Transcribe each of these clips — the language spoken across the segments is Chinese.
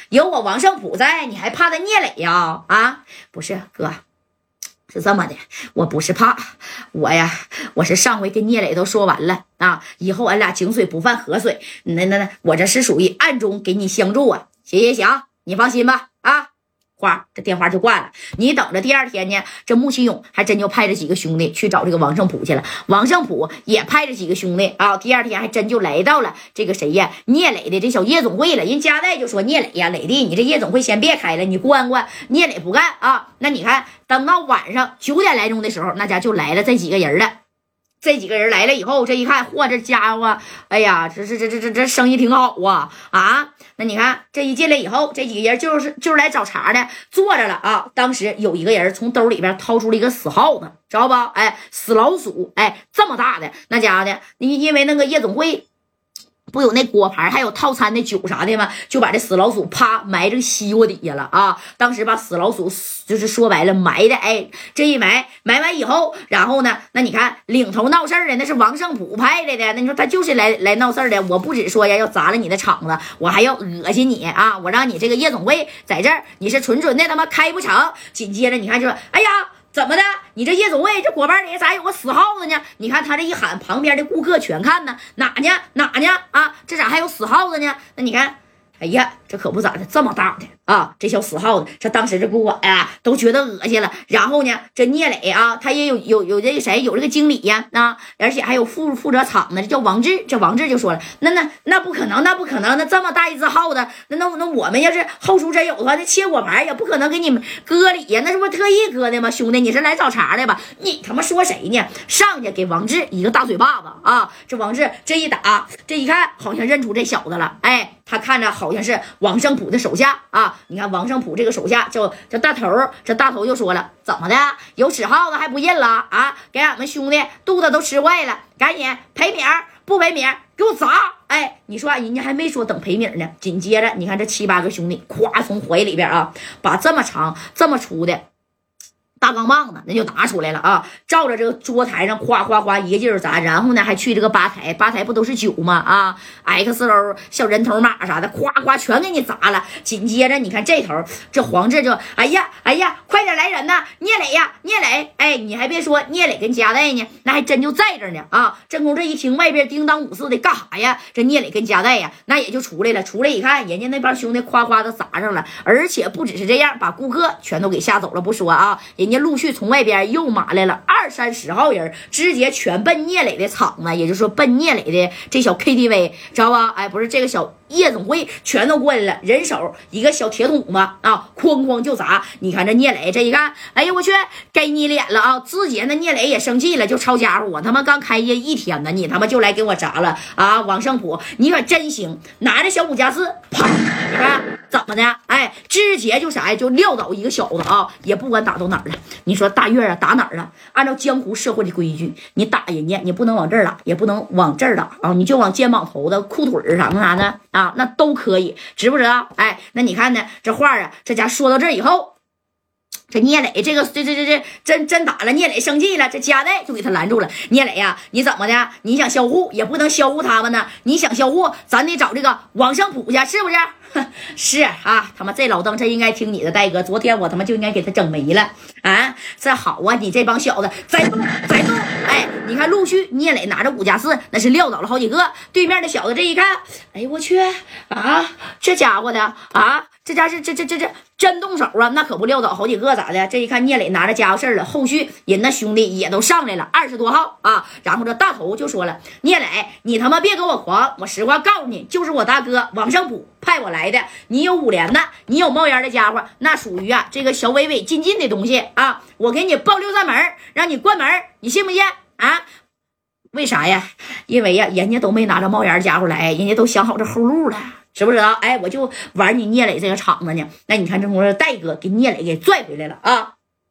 有我王胜普在，你还怕他聂磊呀？啊，不是哥，是这么的，我不是怕，我是上回跟聂磊都说完了啊，以后俺俩井水不犯河水，那我这是属于暗中给你相助啊。行，你放心吧啊。花，这电话就挂了。你等着，第二天呢，这穆启勇还真就派着几个兄弟去找这个王胜普去了。王胜普也派着几个兄弟啊，第二天还真就来到了这个谁呀，聂磊的这小夜总会了。人家代就说聂磊呀，磊弟，你这夜总会先别开了，你关。聂磊不干啊。那你看，等到晚上9点来钟的时候，那家就来了这几个人了。这几个人来了以后，这一看，嚯，这家伙，哎呀，这生意挺好啊！那你看，这一进来以后，这几个人就是来找茬的，坐着了啊。当时有一个人从兜里边掏出了一个死耗子，知道吧？哎，死老鼠，哎，这么大的那家伙的，因为那个夜总会不有那锅盘还有套餐的酒啥的吗？就把这死老鼠啪埋这个西瓜底下了啊！当时把死老鼠就是说白了埋的，哎，这一埋完以后，然后呢，那你看领头闹事儿的那是王胜普派来的，那你说他就是来闹事儿的。我不只说呀要砸了你的场子，我还要恶心你啊！我让你这个夜总会在这儿你是纯的他妈开不成。紧接着你看就说，哎呀，怎么的？你这夜总会这果盘里咋有个死耗子呢？你看他这一喊，旁边的顾客全看呢，哪呢啊？这咋还有死耗子呢？那你看，哎呀，这可不咋的，这么大的啊，这小死耗子，这当时这顾客呀都觉得恶心了。然后呢，这聂磊啊，他也有这个谁，有这个经理呀啊，而且还有负责厂的，这叫王志。这王志就说了，那不可能，那这么大一只耗子，那我们要是后厨真有的话，那切果盘也不可能给你们割礼呀，那是不是特意割的吗？兄弟，你是来找茬的吧？你他妈说谁呢？上去给王志一个大嘴巴子啊！这王志这一打，这一看好像认出这小子了，哎。他看着好像是王胜普的手下啊，你看王胜普这个手下叫大头，这大头就说了，怎么的，有纸耗子还不认了啊？给俺们兄弟肚子都吃坏了，赶紧赔米儿，不赔米儿给我砸！哎，你说人家还没说等赔米儿呢，紧接着你看这7、8个兄弟咵从怀里边啊，把这么长这么粗的大钢棒子那就拿出来了啊，照着这个桌台上哗哗哗一个劲儿砸，然后呢还去这个吧台不都是酒吗？啊 ，XO 小人头马啥的，哗哗全给你砸了。紧接着你看这头，这黄志就哎呀，快点来人呐！聂磊呀，聂磊，哎，你还别说，聂磊跟加代呢，那还真就在这呢啊！郑公这一听外边叮当五四的干啥呀？这聂磊跟加代呀，那也就出来了。出来一看，人家那帮兄弟夸夸的砸上了，而且不只是这样，把顾客全都给吓走了不说啊，人家陆续从外边又码来了20、30号人，直接全奔聂磊的场子，也就是说奔聂磊的这小 KTV， 知道吧？哎，不是这个小夜总会全都过来了，人手一个小铁桶子啊，哐哐就砸。你看这聂磊这一看，哎呀我去，给你脸了啊！自己那聂磊也生气了，就抄家伙，我他妈刚开业1天呢，你他妈就来给我砸了啊！王胜普，你可真行，拿着小5+4，啪，你看怎么的？哎，直接就啥呀，就撂倒一个小子啊，也不管打到哪儿了。你说大月啊，打哪儿了？按照江湖社会的规矩，你打人家，你不能往这儿打，也不能往这儿打啊，你就往肩膀头子、裤腿儿啥的啊，那都可以，知不知道？哎，那你看呢，这话啊，这家说到这儿以后，这聂磊这真打了，聂磊生气了，这加代就给他拦住了。聂磊呀，你怎么的？你想销户也不能销户他们呢，你想销户，咱得找这个王胜普去，是不是？是啊，他妈这老邓真应该听你的，戴哥，昨天我他妈就应该给他整没了啊！这好啊，你这帮小子再动！哎，你看陆续聂磊拿着5+4，那是撂倒了好几个。对面的小子这一看，哎呦我去啊，这家伙的啊！这家是这真动手啊，那可不撂倒好几个咋的？这一看聂磊拿着家伙事儿了，后续人那兄弟也都上来了，20多号啊。然后这大头就说了，聂磊，你他妈别给我狂，我实话告诉你，就是我大哥王胜普派我来的。你有5连的，你有冒烟的家伙，那属于啊这个小伟进的东西啊，我给你报6扇门，让你关门，你信不信啊？为啥呀？因为呀，人家都没拿着冒烟家伙来，人家都想好这后路了。知不知道？哎，我就玩你聂磊这个场子呢。那你看这会儿戴哥给聂磊给拽回来了啊！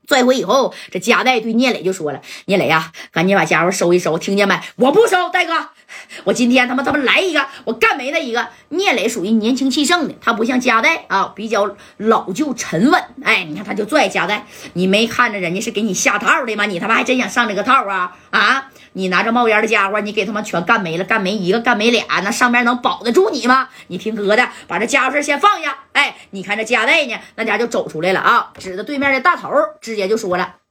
拽回以后，这加代对聂磊就说了：“聂磊呀，赶紧把家伙收一收，听见没？我不收，戴哥，我今天他妈来一个，我干没那一个。”聂磊属于年轻气盛的，他不像加代啊，比较老旧沉稳。哎，你看他就拽加代，你没看着人家是给你下套的吗？你他妈还真想上这个套啊？啊！你拿着冒烟的家伙，你给他们全干没了，干没一个，干没俩，那上面能保得住你吗？你听哥的，把这家伙事先放下。哎，你看这加代呢，那家就走出来了啊，指着对面的大头，直接就说了：“